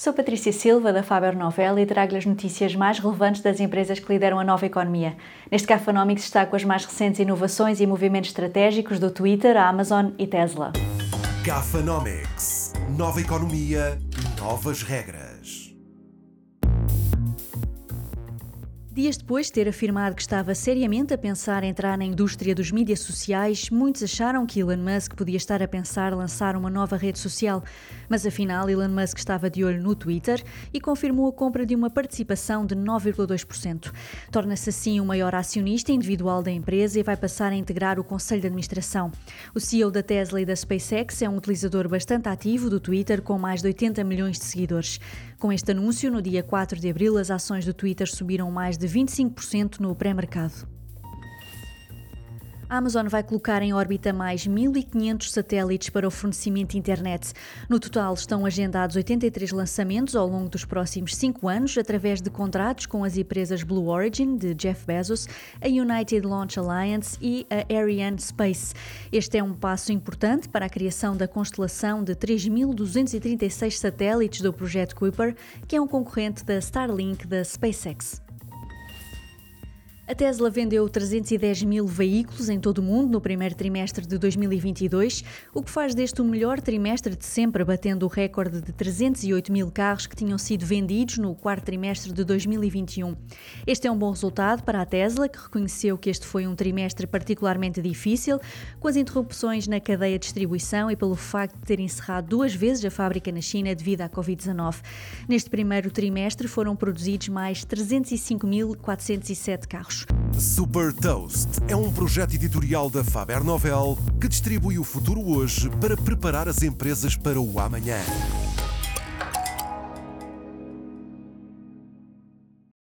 Sou Patrícia Silva, da Faber Novel, e trago-lhe as notícias mais relevantes das empresas que lideram a nova economia. Neste Gafanomics destaco as mais recentes inovações e movimentos estratégicos do Twitter, a Amazon e Tesla. Gafanomics. Nova economia, novas regras. Dias depois de ter afirmado que estava seriamente a pensar em entrar na indústria dos mídias sociais, muitos acharam que Elon Musk podia estar a pensar lançar uma nova rede social. Mas afinal, Elon Musk estava de olho no Twitter e confirmou a compra de uma participação de 9,2%. Torna-se assim o maior acionista individual da empresa e vai passar a integrar o conselho de administração. O CEO da Tesla e da SpaceX é um utilizador bastante ativo do Twitter, com mais de 80 milhões de seguidores. Com este anúncio, no dia 4 de abril, as ações do Twitter subiram mais de 25% no pré-mercado. A Amazon vai colocar em órbita mais 1.500 satélites para o fornecimento de internet. No total, estão agendados 83 lançamentos ao longo dos próximos 5 anos, através de contratos com as empresas Blue Origin, de Jeff Bezos, a United Launch Alliance e a Ariane Space. Este é um passo importante para a criação da constelação de 3.236 satélites do projeto Kuiper, que é um concorrente da Starlink da SpaceX. A Tesla vendeu 310 mil veículos em todo o mundo no primeiro trimestre de 2022, o que faz deste o melhor trimestre de sempre, batendo o recorde de 308 mil carros que tinham sido vendidos no quarto trimestre de 2021. Este é um bom resultado para a Tesla, que reconheceu que este foi um trimestre particularmente difícil, com as interrupções na cadeia de distribuição e pelo facto de ter encerrado 2 vezes a fábrica na China devido à Covid-19. Neste primeiro trimestre foram produzidos mais 305.407 carros. Super Toast é um projeto editorial da Faber Novel que distribui o futuro hoje para preparar as empresas para o amanhã.